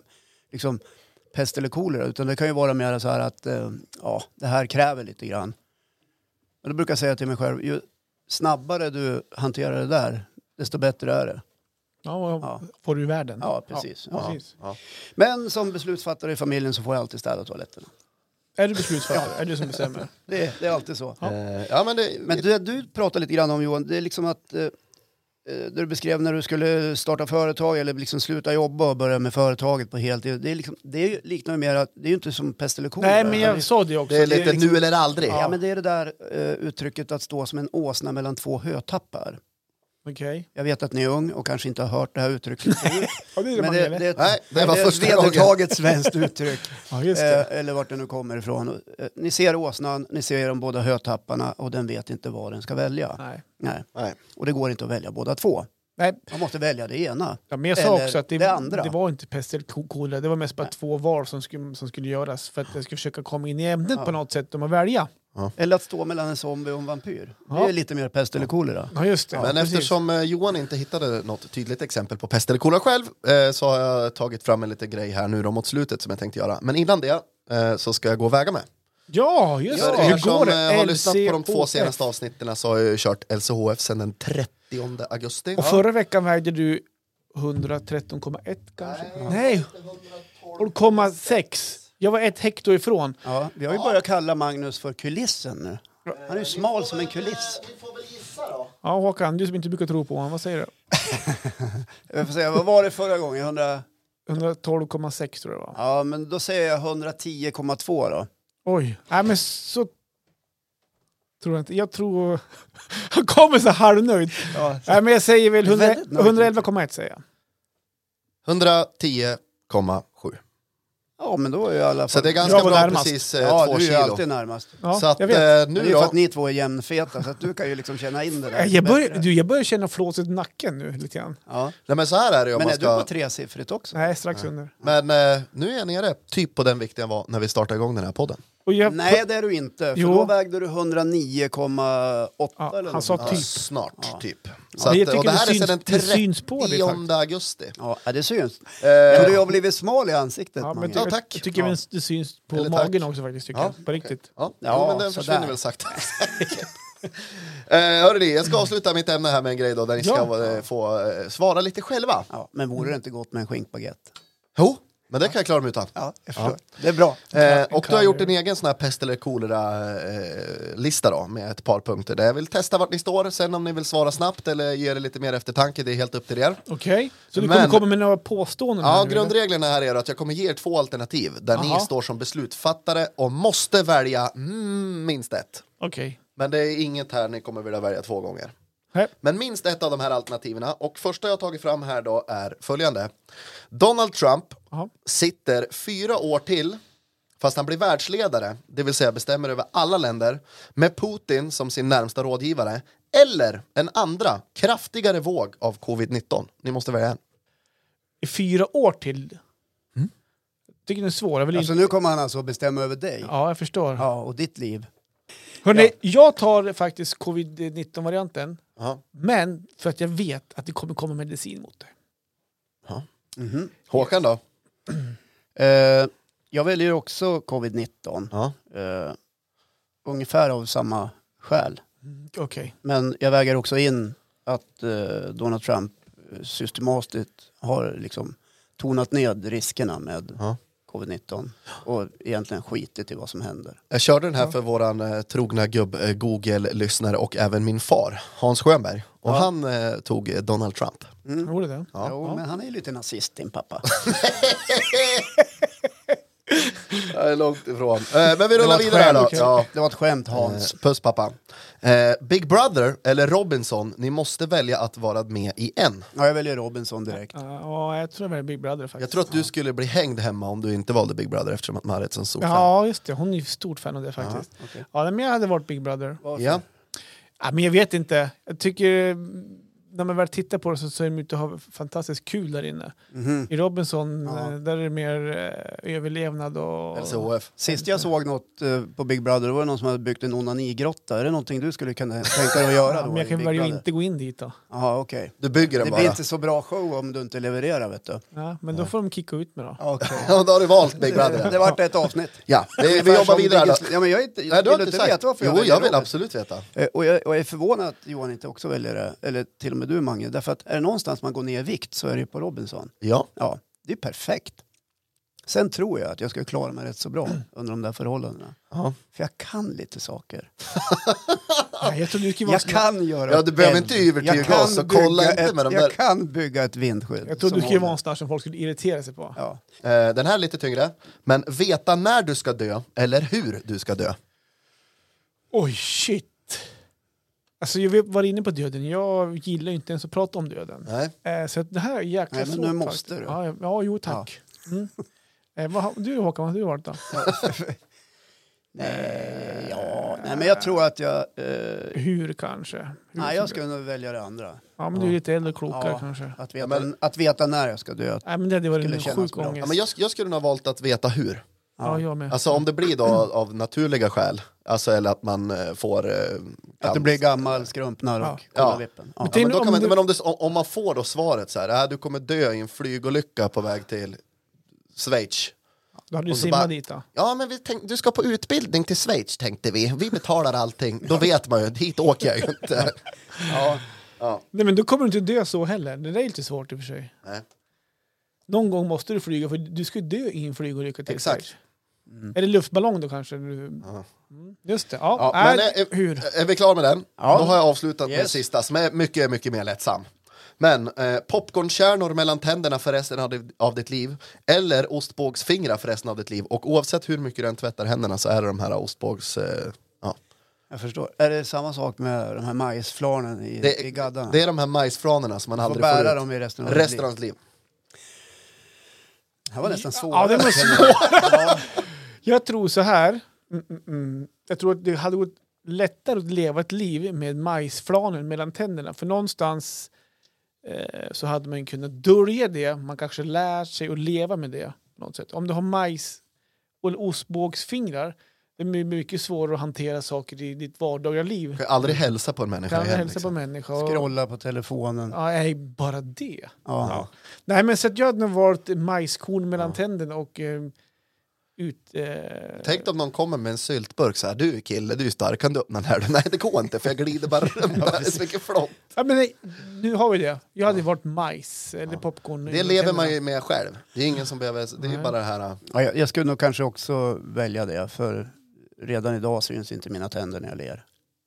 liksom pest eller kolera, utan det kan ju vara mer så här att eh, ja, det här kräver lite grann. Och då brukar jag säga till mig själv, ju snabbare du hanterar det där, desto bättre är det. Ja, Ja. får du i världen. Ja, precis. Ja, Ja. precis. Ja. Men som beslutsfattare i familjen så får jag alltid städa toaletterna. Är du beslutsfattare? Är det du som bestämmer? Det, det är alltid så. Ja. Eh, ja, men det, Men du, du pratar lite grann om, Johan, det är liksom att eh, det du beskrev när du skulle starta företag eller liksom sluta jobba och börja med företaget på heltid. Det är liksom, det är ju liknar mer att det är ju inte som pest eller kolera. Nej, men jag sa det också. det är lite liksom- nu eller aldrig. Ja, men det är det där eh, uttrycket att stå som en åsna mellan två hötappar. Okej. Jag vet att ni är ung och kanske inte har hört det här uttrycket förut. Ja, det är det Men man det, gillar. det, är ett- Nej, det var det är första ett gången. vedertaget svenskt uttryck. Ja, just det. Eh, eller vart det nu kommer ifrån. Eh, ni ser åsnan, ni ser de båda hötapparna och den vet inte vad den ska välja. Nej. Nej. Nej. Och det går inte att välja båda två. Nej. Man måste välja det ena. Ja, men jag sa Eller också att det, det andra. det var inte pest eller ko- kolera. Det var mest bara Nej. två val som skulle, som skulle göras för att jag skulle försöka komma in i ämnet Ja. på något sätt om att välja. Eller att stå mellan en zombie och en vampyr. Ja. Det är lite mer pest eller kolera. Ja, just det. Men Precis. eftersom eh, Johan inte hittade något tydligt exempel på pest eller kolera själv eh, så har jag tagit fram en liten grej här nu då mot slutet som jag tänkte göra. Men innan det eh, så ska jag gå och väga med. Ja, just För det. er Hur som går det? eh, har lyssnat på de två L C H F. senaste avsnitten så har jag ju kört L C H F sedan den trettionde augusti. Och förra veckan vägde du hundratretton komma ett kanske? Nej, noll komma sex. Jag var ett hekto ifrån. Ja, vi har ju börjat kalla Magnus för kulissen nu. Han är ju smal som en kuliss. Vi får väl gissa då. Ja, Håkan, du som inte brukar tro på honom, vad säger du? Jag får säga, vad var det förra gången? hundra... hundratolv komma sex tror jag det var. Ja, men då säger jag hundratio komma två då. Oj, nej men så tror jag inte. Jag tror... Han kommer så halvnöjd. Ja, Nej, men jag säger väl hundra, Väldigt nöjd. hundraelva komma ett säger jag. hundratio komma sju. ja, men då är jag i alla fall... Så det är ganska Jag var bra närmast. precis eh, ja, två du är ju kilo. alltid närmast. Ja, Så att jag vet. eh, Det är nu ju för då. att ni två är jämnfeta, så att du kan ju liksom känna in det där. Jag börjar, bättre. du, jag börjar känna flåset i nacken nu lite grann. Ja. Nej, men så här är det ju om Men man är ska... du på tresiffrigt också? Nej, strax under. Men eh, nu är jag nere typ på den vikten jag var när vi startade igång den här podden. Och jag, Nej, det är du inte. För Jo. då vägde du hundranio komma åtta Ja, eller han något sa sånt. Ja, typ. snart Ja. typ. Ja, Så att, jag tycker och det det här syns- är sedan det syns på dig trettionde augusti. Ja, det syns. Eh, Men du har blivit smal i ansiktet. ja, men Mange. Ja, jag, tack. jag tycker Ja. även det syns på Eller magen tack. också faktiskt. Tycker Ja, jag. På riktigt. Ja, Ja, ja, men den sådär. försvinner väl sakta. eh, hörrni, jag ska avsluta mitt ämne här med en grej då, där ni ska Ja. eh, få eh, svara lite själva. Ja, men vore det inte gott med en skinkbaguette? Jo, men det kan jag klara mig utan. Ja, jag förstår. Det är bra. Eh, och du har kan gjort ju. en egen sån här pest eller kolera-lista då, med ett par punkter där jag vill testa vart ni står, sen om ni vill svara snabbt eller ge det lite mer eftertanke, det är helt upp till er. Okej, så du Men- kommer komma med några påståenden? Ja, här nu, eller? grundreglerna här är att jag kommer ge er två alternativ där Aha. ni står som beslutsfattare och måste välja mm, minst ett. Okej. Men det är inget här ni kommer vilja välja två gånger. Nej. Men minst ett av de här alternativen, och första jag har tagit fram här då är följande. Donald Trump Jaha. sitter fyra år till, fast han blir världsledare, det vill säga bestämmer över alla länder, med Putin som sin närmsta rådgivare, eller en andra, kraftigare våg av covid nitton. Ni måste välja en. I fyra år till? Mm. Tycker den är svår. Jag vill Alltså inte... nu kommer han alltså bestämma över dig. Ja, jag förstår. Ja, och ditt liv. Hörrni, jag tar faktiskt covid nitton-varianten. Ja. Men för att jag vet att det kommer komma medicin mot det. Mhm. Håkan då? Eh, jag väljer också covid nitton. Ja. Eh, ungefär av samma skäl. Okej. Men jag väger också in att eh, Donald Trump systematiskt har liksom tonat ned riskerna med Ja. covid nitton och egentligen skitit i vad som händer. Jag körde den här Ja. för våran eh, trogna gubb eh, Google-lyssnare och även min far, Hans Schönberg. Och Ja. han eh, tog eh, Donald Trump. Mm. Gjorde det? Ja. Jo, Ja. men han är ju lite nazist, din pappa. Jag är långt ifrån. Eh, men vi Det var rullar ett vidare här då. skämt. Ja. Det var ett skämt, Hans. Eh, puss pappa. Eh, Big Brother eller Robinson, ni måste välja att vara med i en. Ja, jag väljer Robinson direkt. Ja, jag tror det var Big Brother faktiskt. Jag tror att du skulle bli hängd hemma om du inte valde Big Brother eftersom att man är ett sånt stort fan. Ja, just det. Hon är ju stort fan av det faktiskt. Okej. Ja, men jag hade varit Big Brother. Varför? Ja. Ja, men jag vet inte. Jag tycker när man väl tittar på det så ser de ut att ha fantastiskt kul där inne. Mhm. I Robinson, Ja. eh, där är det mer eh, överlevnad och... L C H F. Sist jag såg något eh, på Big Brother, då var det någon som hade byggt en onanigrotta. Är det någonting du skulle kunna tänka dig att göra Ja, då? men jag i kan Big välja att Brother? inte gå in dit då. Jaha, okej. Du bygger den Det bara. blir inte så bra show om du inte levererar, vet du. Ja, men då får de kicka ut mig då. Ja, okej. Ja, då har du valt Big Brother. Det vart ett avsnitt. Ja, vi, vi Ungefär jobbar som vidare då. Biggest- Ja, men jag är inte, Nej, du har vill inte inte sagt. veta varför jag Jo, väljer jag vill Robert? absolut veta. Eh, Och jag, och jag är förvånad att Johan inte också väljer det. Eller till och med du, Mange. Därför att är det någonstans man går ner i vikt så är det ju på Robinson. Ja. Ja, det är perfekt. Sen tror jag att jag ska klara mig rätt så bra under de där förhållandena. Ja. För jag kan lite saker. Nej, jag tror du skulle vara Jag sån- kan göra Ja, du behöver eld. inte övertyga Jag kan oss, så kolla bygga inte ett, med de jag där. kan bygga ett vindskydd. Jag tror som du skulle vara håller. en sån där som folk skulle irritera sig på. Ja. Eh, Den här är lite tyngre. Men veta när du ska dö, eller hur du ska dö. Oj, shit. Alltså jag var inne på döden. Jag gillar ju inte ens att prata om döden. Nej. Eh, så att det här är jäkla Nej, men svårt. nu måste faktiskt. du. Ja, ja, ja, jo tack. Mm. Eh, vad, har- du Håkan, vad har du varit då? Nej, ja. Nej, men jag tror att jag... Eh, Hur kanske? Hur nej, jag skulle nog välja det andra. Ja, men du är lite äldre och klokare Ja. kanske. Att veta, Ja, men- att veta när jag ska dö. Nej, men det hade varit Skulle en kännas sjuk bra. ångest. Ja, men jag, jag skulle nog ha valt att veta hur. Ja, jag med. Alltså om det blir då av naturliga skäl. Alltså eller att man eh, får... Eh, Att du blir gammal, skrumpnar och Ja. kollar Ja. vippen. Men Ja. Ja, men, då om kan man, du- men om, det, om, om man får då svaret så här, äh, du kommer dö i en flygolycka på väg till Schweiz. Då hade du och så simmat bara- dit då. Ja, men vi tänk, du ska på utbildning till Schweiz tänkte vi. Vi betalar allting. Då vet man ju, hit åker jag ju inte. Ja. Ja, Nej, men då kommer du inte dö så heller. Det där är lite svårt i och för sig. nej. Någon gång måste du flyga, för du ska dö i en flygolycka till Exakt. Schweiz. Är det luftballong då kanske? Du... Ja. Mm, just det. Ja, Ja, är, men är, hur? är vi klara med den? Ja. Då har jag avslutat med Yes. sista som är mycket, mycket mer lättsam. Men eh, popcornkärnor mellan tänderna för resten av, di- av ditt liv. Eller ostbågsfingrar för resten av ditt liv. Och oavsett hur mycket du än tvättar händerna så är det de här ostbågs... Eh, ja. Jag förstår. Är det samma sak med de här majsflarnen i, det, i gaddarna? det är de här majsfranorna som man Du får aldrig bära får ut. dem i resten av Resten ditt av liv. sitt liv. Det här var nästan svårt. Ja, det var svårt. Ja. Jag tror så här. Mm, mm, mm. Jag tror att det hade gått lättare att leva ett liv med majsflanen mellan tänderna. För någonstans eh, så hade man kunnat dölja det. Man kanske lärt sig att leva med det på något sätt. Om du har majs och ostbågsfingrar, det är mycket svårare att hantera saker i ditt vardagliga liv. Du kan aldrig hälsa på en människa Kan du igen. hälsa Liksom. på människa. Och, Scrolla på telefonen. ja, nej, bara det. Ja. Ja. Nej, men så att jag hade nog varit majskorn mellan tänderna och eh, ut... Eh, Tänk om någon kommer med en syltburk så här, du kille, du är stark, kan du öppna den här? Nej, det går inte för jag glider bara runt. Det är så mycket flott. Ja, men nej, nu har vi det. Jag hade varit majs eller popcorn. Det i lever tänderna. man ju med själv. Det är ingen som behöver, det är ju Nej. bara det här. äh, Ja, jag, jag skulle nog kanske också välja det. För redan idag syns inte mina tänder när jag ler.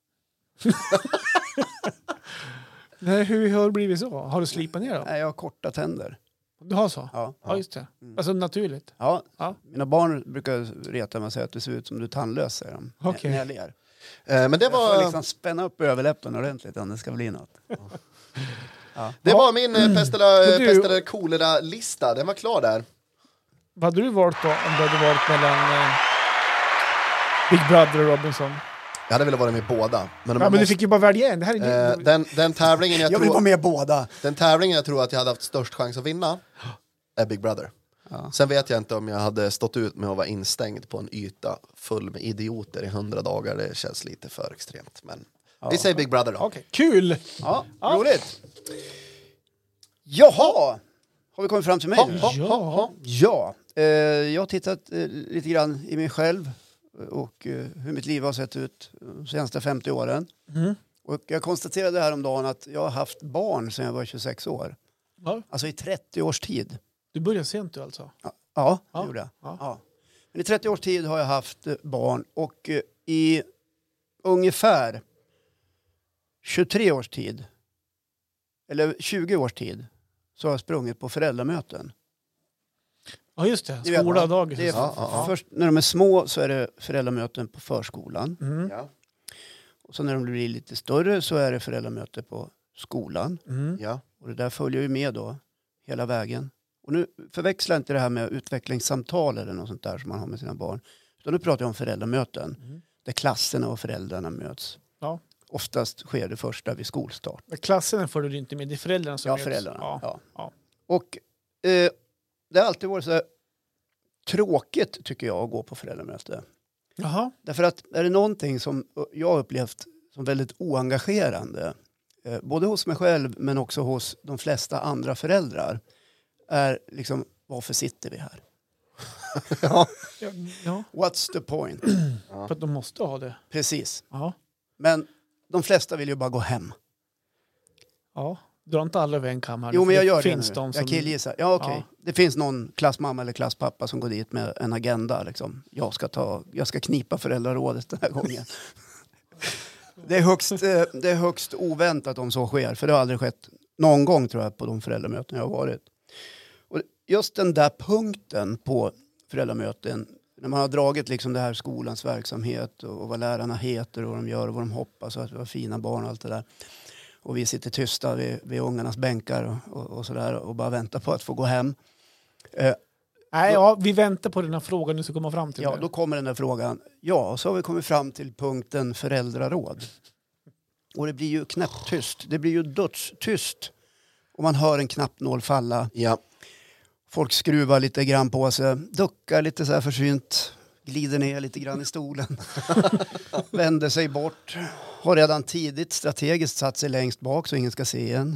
Nej, hur har det blivit så? Har du slipat ner dem? Nej, jag har korta tänder. Du har så? Ja. Ja, just det. Mm. Alltså naturligt. Ja, Ja. mina barn brukar reta mig och säga att du ser ut som du är tandlös, säger de. Okej. När jag ler. Eh, Men det Jag får var, liksom spänna upp överläppen ordentligt om det ska bli något. Ja. det var min eh, pest eller, Och du- pest eller kolera-lista. Den var klar där. Vad hade du varit då om du hade varit mellan eh, Big Brother och Robinson? Jag hade velat vara med båda. Men, Ja, man men du måste, fick ju bara välja en. Det här är eh, den, den, tävlingen jag Jag vill vara tror, med båda. den tävlingen jag tror att jag hade haft störst chans att vinna är Big Brother. Ja. Sen vet jag inte om jag hade stått ut med att vara instängd på en yta full med idioter i hundra dagar. Det känns lite för extremt. Men vi säger Big Brother då. Okej, kul! Ja, Ja. roligt. Jaha, har vi kommit fram till mig Ha, nu? ha, ha, ha. Ja, eh, jag har tittat eh, lite grann i mig själv och eh, hur mitt liv har sett ut de senaste femtio åren. Mm. Och jag konstaterade häromdagen att jag har haft barn sedan jag var tjugosex år. Ja, Alltså i trettio års tid. du börjar sent du alltså? Ja, ja det Ja, gjorde jag. ja. Ja. Men i trettio års tid har jag haft eh, barn och eh, i ungefär tjugotre års tid, eller tjugo års tid, så har jag sprungit på föräldramöten. Ja, just det. Ni vet, Skola va? och dagis. Det är, Ja, ja, ja. Först när de är små så är det föräldramöten på förskolan. Mm. Ja, Och så när de blir lite större så är det föräldramöte på skolan. Mm. ja. Och det där följer ju med då hela vägen. Och nu förväxlar inte det här med utvecklingssamtal eller något sånt där som man har med sina barn. Utan nu pratar jag om föräldramöten. Mm. Där klasserna och föräldrarna möts. Ja. Oftast sker det första vid skolstart. Men klassen får du inte med, det är föräldrarna som Ja, möts. föräldrarna. Ja. Ja. Ja. Och eh, det har alltid varit så här tråkigt tycker jag att gå på föräldramöte. Jaha. Därför att är det någonting som jag har upplevt som väldigt oengagerande, eh, både hos mig själv men också hos de flesta andra föräldrar, är liksom, varför sitter vi här? Ja. Ja, ja. What's the point? För att de måste ha det. Precis. Ja. Men de flesta vill ju bara gå hem. Ja. Dra inte alla över en kam här. Jo, men jag gör det finns nu. de som... Jag killgissar. Ja, okej. Ja. Det finns någon klassmamma eller klasspappa som går dit med en agenda. Liksom. Jag, ska ta, jag ska knipa föräldrarådet den här gången. Det är, högst, eh, det är högst oväntat om så sker. För det har aldrig skett någon gång tror jag på de föräldramöten jag har varit. Och just den där punkten på föräldramöten, när man har dragit liksom det här skolans verksamhet och vad lärarna heter och vad de gör och vad de hoppas och att vi har fina barn och allt det där. Och vi sitter tysta vid, vid ungarnas bänkar och, och, och sådär och bara väntar på att få gå hem. Eh, Nej, ja, vi väntar på den här frågan nu ska komma fram till ja, det. då kommer den där frågan. Ja, och så har vi kommit fram till punkten föräldraråd. Och det blir ju knäpptyst. Det blir ju dödstyst. Och man hör en knappnål falla. Ja. Folk skruvar lite grann på sig. Duckar lite så här försynt. Glider ner lite grann i stolen. Vänder sig bort. Har redan tidigt strategiskt satt sig längst bak så ingen ska se en.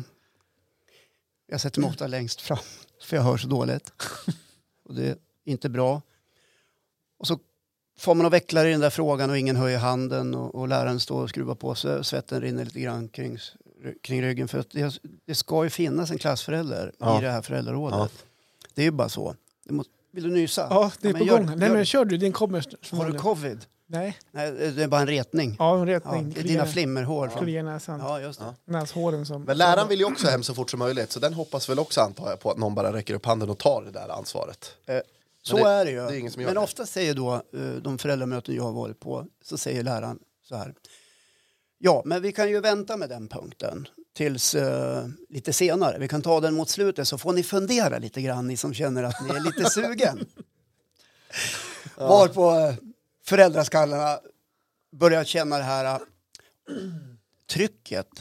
Jag sätter mig ofta längst fram. För jag hör så dåligt. Och det är inte bra. Och så får man och vecklar i den där frågan och ingen höjer handen. Och, och läraren står och skruvar på sig. Och svetten rinner lite grann kring, kring ryggen. För att det, det ska ju finnas en klassförälder Ja. i det här föräldrarådet. Ja. Det är ju bara så. Det måste, vill du nysa? Ja, det är men på gör- gång. Nej, gör- men kör du, din kommer. Har du covid? Nej. Nej, det är bara en retning. Ja, en Ja, retning. det är dina flimmerhår. Som, Klia näsan. ja, just det. Ja. Näshåren som... Men läraren vill ju också hem så fort som möjligt, så den hoppas väl också antar jag på att någon bara räcker upp handen och tar det där ansvaret. Eh, så det- är det ju. det är ingen som gör Men det. ofta säger då eh, de föräldramöten jag har varit på, så säger läraren så här. Ja, men vi kan ju vänta med den punkten tills eh, lite senare. Vi kan ta den mot slutet så får ni fundera lite grann, ni som känner att ni är lite sugen. Varpå eh, föräldraskallarna börjar känna det här eh, trycket.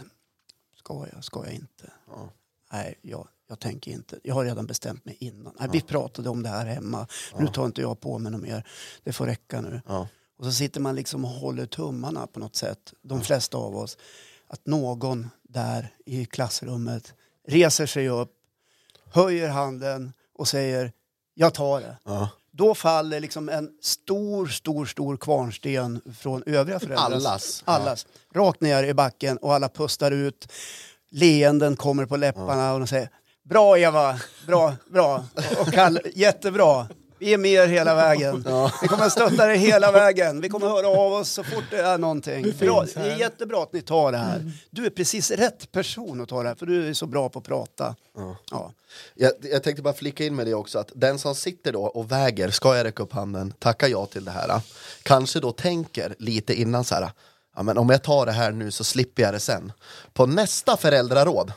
Ska jag, ska jag inte? Ja. Nej, jag, jag tänker inte. Jag har redan bestämt mig innan. Nej, vi pratade om det här hemma. Nu tar inte jag på mig något mer. Det får räcka nu. Ja. Och så sitter man liksom och håller tummarna på något sätt. De flesta av oss. Att någon där i klassrummet reser sig upp, höjer handen och säger jag tar det. Ja. Då faller liksom en stor, stor, stor kvarnsten från övriga föräldrar. Allas. Allas. Rakt ner i backen och alla pustar ut. Leenden kommer på läpparna och de säger bra Eva, bra, bra. Och Kalle, jättebra. Vi är med er hela vägen. Ja. Vi kommer att stötta dig hela vägen. Vi kommer att höra av oss så fort det är någonting. Det Bra. finns Det här. är jättebra att ni tar det här. Du är precis rätt person att ta det här. För du är så bra på att prata. Ja. Ja. Jag, jag tänkte bara flika in med det också, att den som sitter då och väger, ska jag räcka upp handen, tacka ja till det här, kanske då tänker lite innan så här, ja men om jag tar det här nu så slipper jag det sen. På nästa föräldraråd,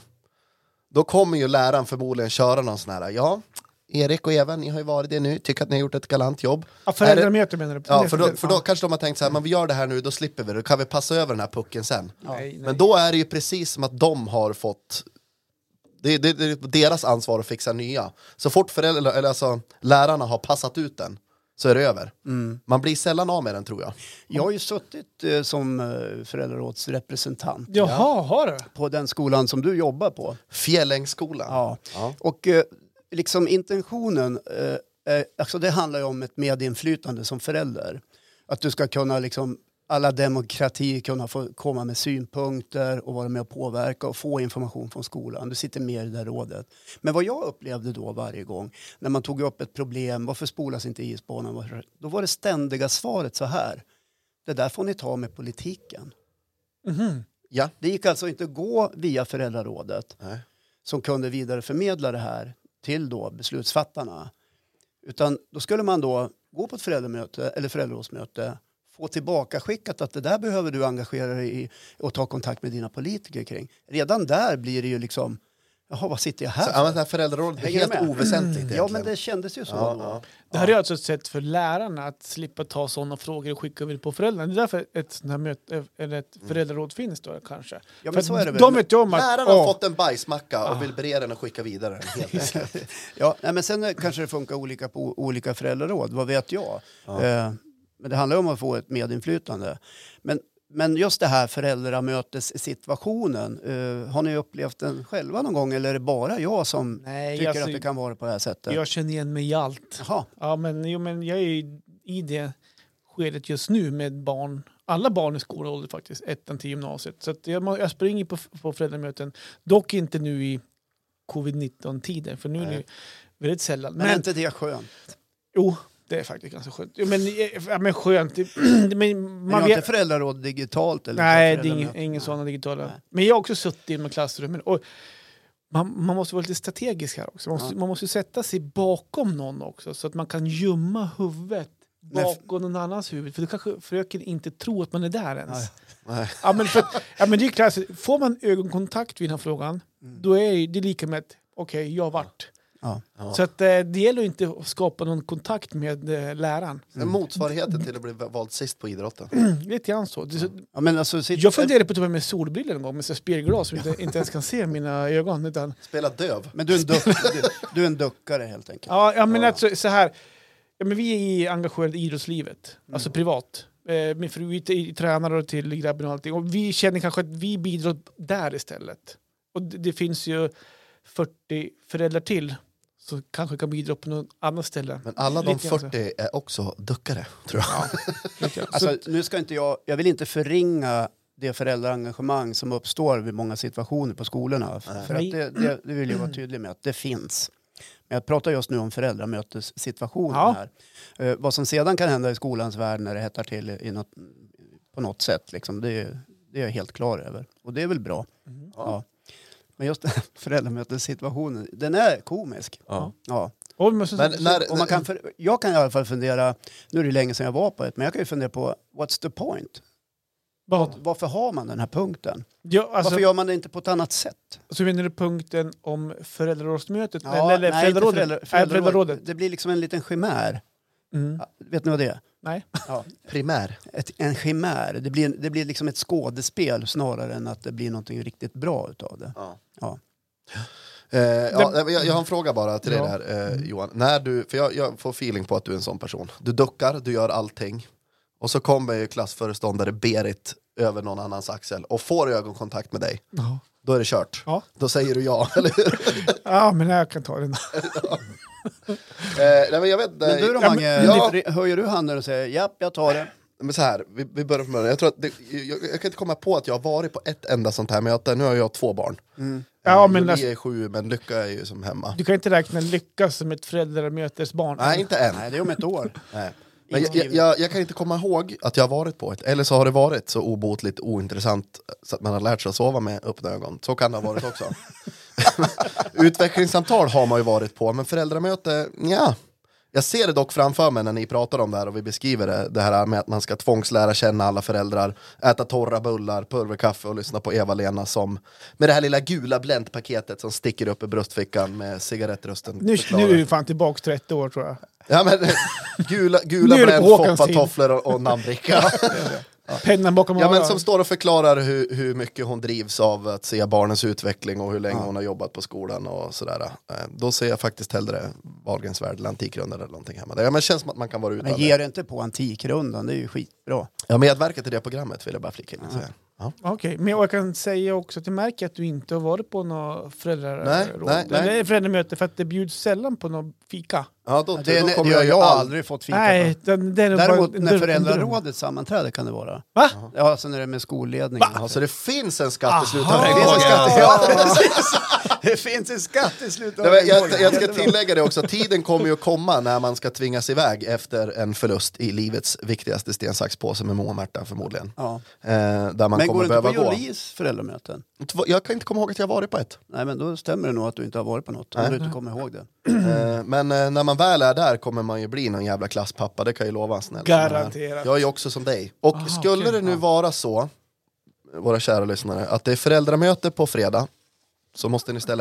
då kommer ju läraren förmodligen köra någon sån här, ja, Erik och Eva, ni har ju varit det nu, tycker att ni har gjort ett galant jobb. Ja, föräldramöte menar du? Ja, för då, för då Ja. kanske de har tänkt så här, men vi gör det här nu, då slipper vi det, då kan vi passa över den här pucken sen. Nej, nej. Men då är det ju precis som att de har fått, det, det, det är deras ansvar att fixa nya. Så fort föräldrar, eller alltså, lärarna har passat ut den, så är det över. Man blir sällan av med den, tror jag. Jag har ju suttit eh, som eh, föräldrarådsrepresentant Jaha, har du? på den skolan som du jobbar på. Fjällängsskolan. Ja. Ja. Och eh, liksom intentionen, eh, eh, alltså det handlar ju om ett medinflytande som förälder. Att du ska kunna liksom, alla demokrati kunna få komma med synpunkter och vara med och påverka och få information från skolan. Du sitter med i det där rådet. Men vad jag upplevde då varje gång när man tog upp ett problem, varför spolas inte isbanan? Varför- Då var det ständiga svaret så här. Det där får ni ta med politiken. Mhm. Ja. Det gick alltså inte att gå via föräldrarådet Nej. som kunde vidareförmedla det här till då beslutsfattarna. Utan då skulle man då gå på ett föräldramöte eller föräldrarådsmöte, få tillbaka skickat att det där behöver du engagera dig i och ta kontakt med dina politiker kring. Redan där blir det ju liksom, Jaha, vad sitter jag här? Så, ja, men det här föräldrarådet är Hänger helt du med? oväsentligt egentligen. Ja, men det kändes ju så. Ja, då. ja. Det här är alltså ett sätt för lärarna att slippa ta sådana frågor och skicka över på föräldrarna. Det är därför ett, sånt här möte, eller ett föräldraråd finns då kanske. Ja, men för så är det väl. de vet ju om att... Lärarna har åh, fått en bajsmacka och vill bre den och skicka vidare den helt enkelt. Ja, nej, men sen kanske det funkar olika på olika föräldraråd, vad vet jag. Ja. Eh, men det handlar om att få ett medinflytande. Men, men just det här föräldramötessituationen, eh, har ni upplevt den själva någon gång eller är det bara jag som nej, tycker alltså, att det kan vara på det här sättet? jag känner igen mig i allt. Jaha. Ja, men, jo, men jag är ju i det skedet just nu med barn. Alla barn i skolålder faktiskt, ettan till gymnasiet. Så att jag, må- jag springer på, på föräldramöten. Dock inte nu i covid nitton-tider, för nu är det ju väldigt sällan. Men, är inte det skönt? Jo, det är faktiskt ganska skönt. Jo, men, ja, men skönt. men, Men man har vet, inte föräldraråd digitalt? Eller nej, det är ingen, föräldramöten? ingen sådana digitala. Nej. Men jag har också suttit med klassrummen. Och man, man måste vara lite strategisk här också. Man måste, Ja. man måste sätta sig bakom någon också, så att man kan gömma huvudet Men f- bakom någon annans huvud. För då kanske fröken inte tror att man är där ens. Nej. Nej. Ja, men, för, att- ja, men det är klassiskt. Får man ögonkontakt vid den här frågan, Mm. då är det lika med att okej, okay, jag vart. Ja. Ja. Så att, eh, det gäller ju inte att skapa någon kontakt med eh, läraren. En motsvarigheten till att bli vald sist på idrotten. Lite grann så. Det, så Ja, men alltså, sitt, jag funderade på att ta med mig solbrillor en gång med så spelglas som inte, inte ens kan se mina ögon. Utan, Spela döv. Men du är, en duck, du, du är en duckare helt enkelt. ja, ja, men Ja. alltså, så här. Ja, men vi är engagerade i idrottslivet, Mm. alltså privat. Eh, min fru är t- tränare till grabben och allting. Och vi känner kanske att vi bidrar där istället. Och det, det finns ju fyrtio föräldrar till som kanske kan bidra på något annat ställe. Men alla de Lite grann så. fyrtio är också duckare, tror jag. Lite grann. Alltså, Så, nu ska inte jag, jag vill inte förringa det föräldraengagemang som uppstår vid många situationer på skolorna. Nej. För att det, det, det vill jag vara tydlig med att det finns. Men jag pratar just nu om föräldramötessituationen Ja. här. Eh, vad som sedan kan hända i skolans värld när det hettar till i något, på något sätt, liksom, det, är- det är jag helt klar över. Och det är väl bra. Mhm. Ja. Men just den här föräldramötessituationen, den är komisk. Ja. Ja. och, men, så, Men så, när, Och man kan för, jag kan i alla fall fundera, nu är det länge sedan jag var på ett, men jag kan ju fundera på, what's the point? vad? Varför har man den här punkten? Ja, alltså, Varför gör man det inte på ett annat sätt? så menar du punkten om föräldrarådsmötet? Ja, eller nej, inte föräldrarådet? föräldra- Nej, föräldraråd. föräldrarådet. Det blir liksom en liten chimär. Mm. Ja, vet ni vad det är? Nej. Ja, primär. ett, en chimär. Det blir, det blir liksom ett skådespel snarare än att det blir något riktigt bra utav det. Ja. Ja. Eh, ja, jag, jag har en fråga bara till dig Ja. där, eh, Johan. När du, för jag, jag får feeling på att du är en sån person. Du duckar, du gör allting. Och så kommer ju klassföreståndare Berit över någon annans axel och får ögonkontakt med dig. Ja. Då är det kört. Ja. Då säger du ja, eller hur? ja, men jag kan ta den. eh, nej, men jag vet, Men du då ja, Mange, ja, höjer du handen och säger japp, jag tar det. men så här, vi, vi börjar från början. Jag, tror att det, jag, jag kan inte komma på att jag har varit på ett enda sånt här möte. Nu har jag två barn. Mm. Ja, Eh, men Julie alltså- är sju, men Lycka är ju som hemma. Du kan inte räkna lyckas som ett föräldramötesbarn. Nej, inte än. Nej, det är om ett år. Nej. Men jag, jag, jag, jag kan inte komma ihåg att jag har varit på ett. Eller så har det varit så obotligt ointressant så att man har lärt sig att sova med öppna ögon. Så kan det ha varit också. Utvecklingssamtal har man ju varit på, men föräldramöte, ja. Jag ser det dock framför mig när ni pratar om det här och vi beskriver det. Det här med att man ska tvångslära känna alla föräldrar, äta torra bullar, pulverkaffe och lyssna på Eva-Lena som med det här lilla gula bländpaketet som sticker upp i bröstfickan med cigarettrösten. Nu, förklarar. nu är du fan tillbaka trettio år tror jag. Ja, men gula, gula Nu är det på bränd, Håkans tid. foppatofflor och, och namnbricka. Pennan bakom Ja, men öronen. som står och förklarar hur, hur mycket hon drivs av att se barnens utveckling och hur länge Ja. hon har jobbat på skolan och sådär. Eh, Då ser jag faktiskt hellre Wahlgrens värld eller Antikrundan eller någonting hemma. Ja, men det känns som att man kan vara utan Men det. ge det inte på Antikrundan, det är ju skitbra. Jag medverkar till det programmet vill jag bara flika in och säga. Ja. Okej, men jag kan säga också att jag märker att du inte har varit på något föräldraråd. Nej, nej, nej. Eller föräldramöte för att det bjuds sällan på något fika. Ja, då, Det, då det, kommer det har jag jag ju all... aldrig fått fika Nej, på. den, den är Däremot bara en när dröm- föräldrarådet sammanträde kan det vara. Va? Ja, alltså när det är med skolledningen. Alltså det finns en skatt i slutet Aha. av Det finns en skatt, regnbågen. ja, precis. Det finns en skatt i slutet av Nej, men jag, regnbågen. jag ska Jättebra. tillägga det också, tiden kommer ju att komma när man ska tvingas iväg efter en förlust i livets viktigaste sten, sax, påse med Moa och Märta förmodligen. Ja. Eh, där man Men går kommer du inte behöva på gå. Jolis föräldramöten? Jag kan inte komma ihåg att jag har varit på ett. Nej, men då stämmer det nog att du inte har varit på något. Om Nej. du inte kommer ihåg det. Eh, men eh, när man väl är där kommer man ju bli någon jävla klasspappa, det kan jag ju lova. Snälla. Garanterat. Jag är ju också som dig. Och Ah, skulle okej. det nu Ja. vara så, våra kära lyssnare, att det är föräldramöte på fredag, så måste ni ställa in.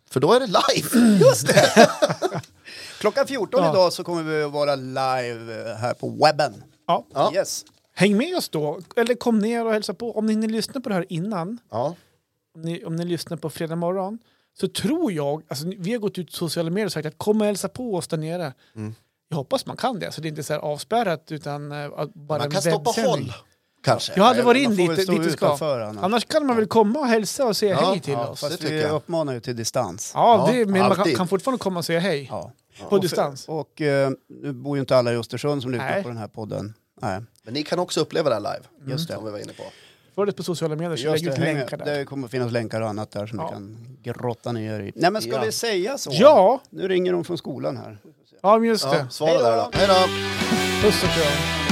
För då är det live. Just det! Klockan fjorton Ja. idag så kommer vi att vara live här på webben. Ja. Ja. Yes. Häng med oss då. Eller kom ner och hälsa på. Om ni, ni lyssnar på det här innan, Ja. om ni, om ni lyssnar på fredag morgon, så tror jag, alltså vi har gått ut i sociala medier och sagt att kom och hälsa på oss där nere. Mm. Jag hoppas man kan det, så det är inte så här avspärrat utan uh, bara Man en kan stå på webbsändning. håll. Kanske. Jag hade varit in Man får väl dit, stå dit du ska. utanför annars. Annars kan man väl komma och hälsa och säga Ja, hej till Ja, oss. fast det tycker vi jag. uppmanar ju till distans. Ja, Ja, det, men man kan, alltid. kan fortfarande komma och säga hej. Ja. På Och, distans. och eh, nu bor ju inte alla i Östersund som lyssnar Nej. på den här podden. Nej, Men ni kan också uppleva det här live. just det. Som vi var inne på. Följ det på sociala medier så Just lägger det, ut häng länkar med. där. Det kommer finnas länkar och annat där som Ja. du kan grotta ner i. Nej men ska Ja. vi säga så? Ja, Nu ringer de från skolan här. ja men just Ja, det. svara Hej då. där då. Hej då! Puss och kram.